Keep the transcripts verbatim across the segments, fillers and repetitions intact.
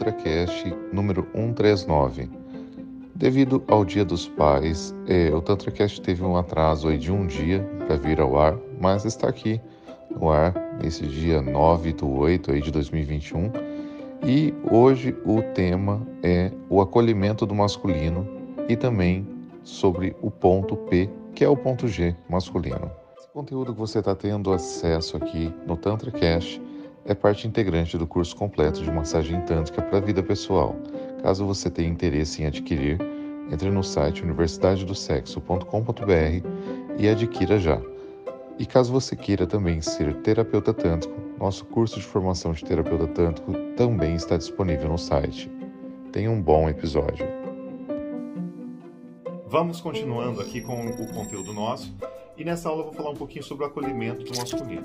TantraCast número cento e trinta e nove. Devido ao Dia dos Pais, eh, o TantraCast teve um atraso aí de um dia para vir ao ar, mas está aqui no ar nesse dia nove de oito aí de dois mil e vinte e um. E hoje o tema é o acolhimento do masculino e também sobre o ponto P, que é o ponto G masculino. Esse conteúdo que você está tendo acesso aqui no TantraCast é parte integrante do curso completo de massagem tântrica para a vida pessoal. Caso você tenha interesse em adquirir, entre no site universidade do sexo ponto com ponto b r e adquira já. E caso você queira também ser terapeuta tântrico, nosso curso de formação de terapeuta tântrico também está disponível no site. Tenha um bom episódio. Vamos continuando aqui com o conteúdo nosso, e nessa aula eu vou falar um pouquinho sobre o acolhimento do masculino.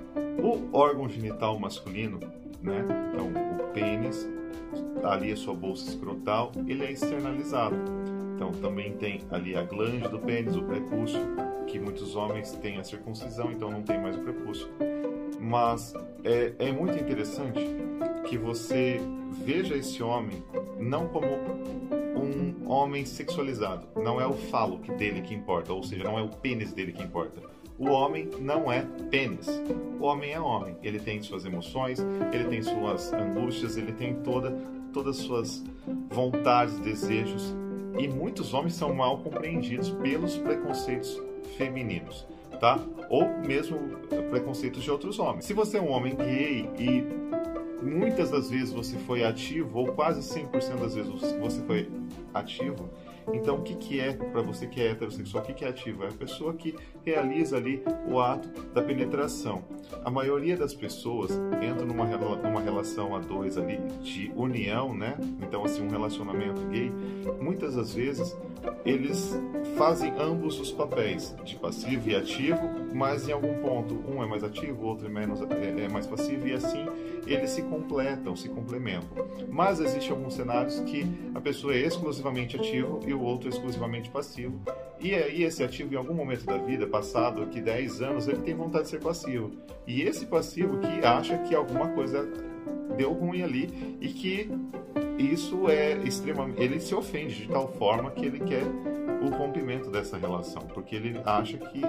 O órgão genital masculino, né, então o pênis, ali a sua bolsa escrotal, ele é externalizado. Então também tem ali a glande do pênis, o prepúcio, que muitos homens têm a circuncisão, então não tem mais o prepúcio. Mas é, é muito interessante que você veja esse homem não como um homem sexualizado. Não é o falo dele que importa, ou seja, não é o pênis dele que importa. O homem não é pênis. O homem é homem. Ele tem suas emoções, ele tem suas angústias, ele tem toda, todas as suas vontades, desejos. E muitos homens são mal compreendidos pelos preconceitos femininos, tá? Ou mesmo preconceitos de outros homens. Se você é um homem gay e muitas das vezes você foi ativo, ou quase cem por cento das vezes você foi ativo, então o que, que é, para você que é heterossexual, o que, que é ativo? É a pessoa que realiza ali o ato da penetração. A maioria das pessoas entra numa, numa relação a dois ali, de união, né? Então assim, um relacionamento gay, muitas das vezes eles fazem ambos os papéis, de passivo e ativo, mas em algum ponto um é mais ativo, o outro é, menos, é, é mais passivo, e assim eles se completam, se complementam. Mas existem alguns cenários que a pessoa é exclusivamente ativo e o outro é exclusivamente passivo, e aí esse ativo em algum momento da vida, passado aqui dez anos, ele tem vontade de ser passivo, e esse passivo que acha que alguma coisa deu ruim ali e que isso é extremamente, ele se ofende de tal forma que ele quer o rompimento dessa relação, porque ele acha que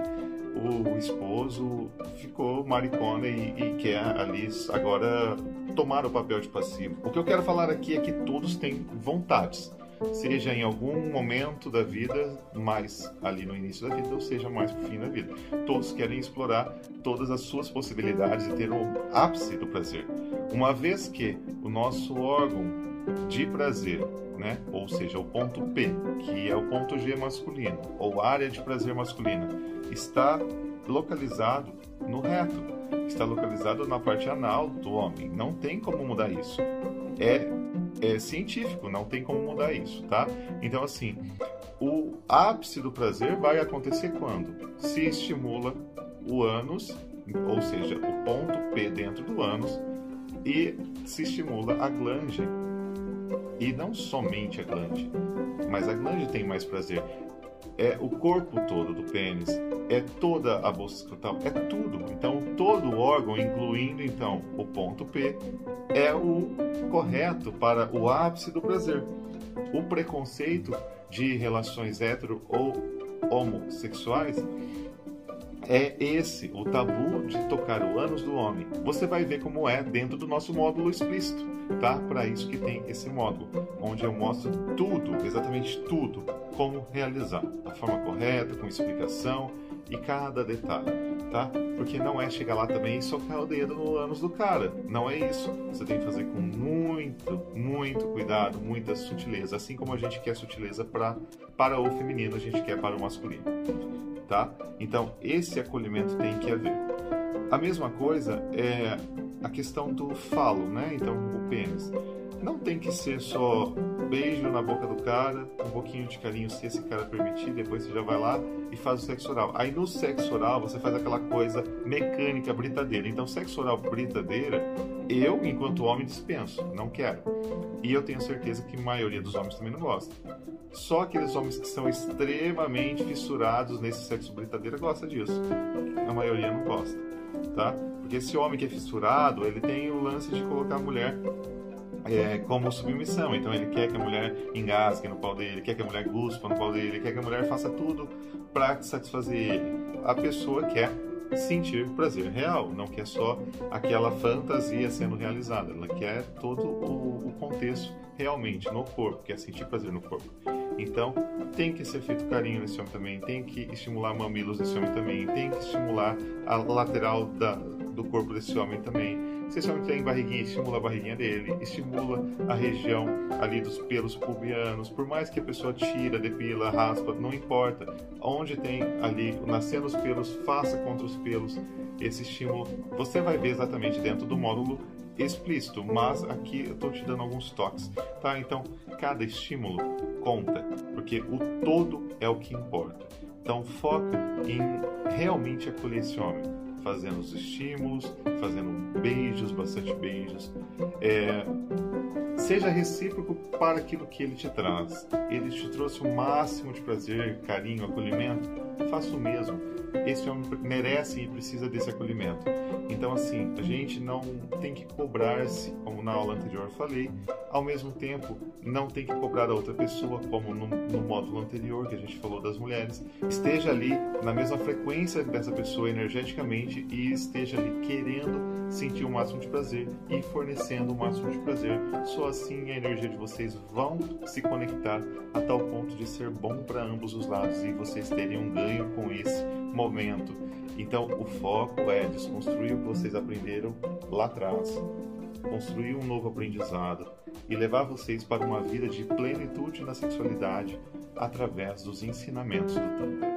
o esposo ficou maricona e, e quer ali agora tomar o papel de passivo. O que eu quero falar aqui é que todos têm vontades, seja em algum momento da vida, mais ali no início da vida, ou seja, mais pro fim da vida. Todos querem explorar todas as suas possibilidades e ter o ápice do prazer. Uma vez que o nosso órgão de prazer, né, ou seja, o ponto P, que é o ponto G masculino, ou área de prazer masculina, está localizado no reto, está localizado na parte anal do homem. Não tem como mudar isso. É, é científico, não tem como mudar isso, tá? Então, assim, o ápice do prazer vai acontecer quando se estimula o ânus, ou seja, o ponto P dentro do ânus, e se estimula a glande. E não somente a glande, mas a glande tem mais prazer. É o corpo todo do pênis, é toda a bolsa escrotal, é tudo. Então, todo o órgão, incluindo então o ponto P, é o correto para o ápice do prazer. O preconceito de relações hetero ou homossexuais é esse, o tabu de tocar o ânus do homem. Você vai ver como é dentro do nosso módulo explícito, tá? Para isso que tem esse módulo, onde eu mostro tudo, exatamente tudo, como realizar, da forma correta, com explicação e cada detalhe, tá? Porque não é chegar lá também e socar o dedo no ânus do cara, não é isso. Você tem que fazer com muito, muito cuidado, muita sutileza, assim como a gente quer sutileza pra, para o feminino, a gente quer para o masculino. Tá? Então, esse acolhimento tem que haver. A mesma coisa é a questão do falo, né? Então, o pênis. Não tem que ser só beijo na boca do cara, um pouquinho de carinho se esse cara permitir, depois você já vai lá e faz o sexo oral. Aí no sexo oral você faz aquela coisa mecânica, britadeira. Então, sexo oral britadeira, eu, enquanto homem, dispenso, não quero. E eu tenho certeza que a maioria dos homens também não gosta. Só aqueles homens que são extremamente fissurados nesse sexo britadeira gostam disso. A maioria não gosta, tá? Porque esse homem que é fissurado, ele tem o lance de colocar a mulher É, como submissão. Então ele quer que a mulher engasgue no pau dele, quer que a mulher guspa no pau dele, quer que a mulher faça tudo para satisfazer ele. A pessoa quer sentir prazer real, não quer só aquela fantasia sendo realizada, ela quer todo o, o contexto realmente no corpo, quer sentir prazer no corpo. Então tem que ser feito carinho nesse homem também, tem que estimular mamilos nesse homem também, tem que estimular a lateral da, do corpo desse homem também. Se esse homem tem barriguinha, estimula a barriguinha dele, estimula a região ali dos pelos pubianos. Por mais que a pessoa tira, depila, raspa, não importa. Onde tem ali nascendo os pelos, faça contra os pelos esse estímulo. Você vai ver exatamente dentro do módulo explícito, mas aqui eu estou te dando alguns toques, tá? Então, cada estímulo conta, porque o todo é o que importa. Então, foca em realmente acolher esse homem, fazendo os estímulos, fazendo beijos, bastante beijos. É, seja recíproco para aquilo que ele te traz. Ele te trouxe o máximo de prazer, carinho, acolhimento. Faça o mesmo. Esse homem merece e precisa desse acolhimento. Então, assim, a gente não tem que cobrar-se, como na aula anterior eu falei, ao mesmo tempo não tem que cobrar da outra pessoa, como no, no módulo anterior que a gente falou das mulheres. Esteja ali na mesma frequência dessa pessoa energeticamente e esteja ali querendo sentir o máximo de prazer e fornecendo o máximo de prazer. Só assim a energia de vocês vão se conectar a tal ponto de ser bom para ambos os lados e vocês terem um ganho com esse momento. Então o foco é desconstruir o que vocês aprenderam lá atrás, construir um novo aprendizado e levar vocês para uma vida de plenitude na sexualidade através dos ensinamentos do Tantra.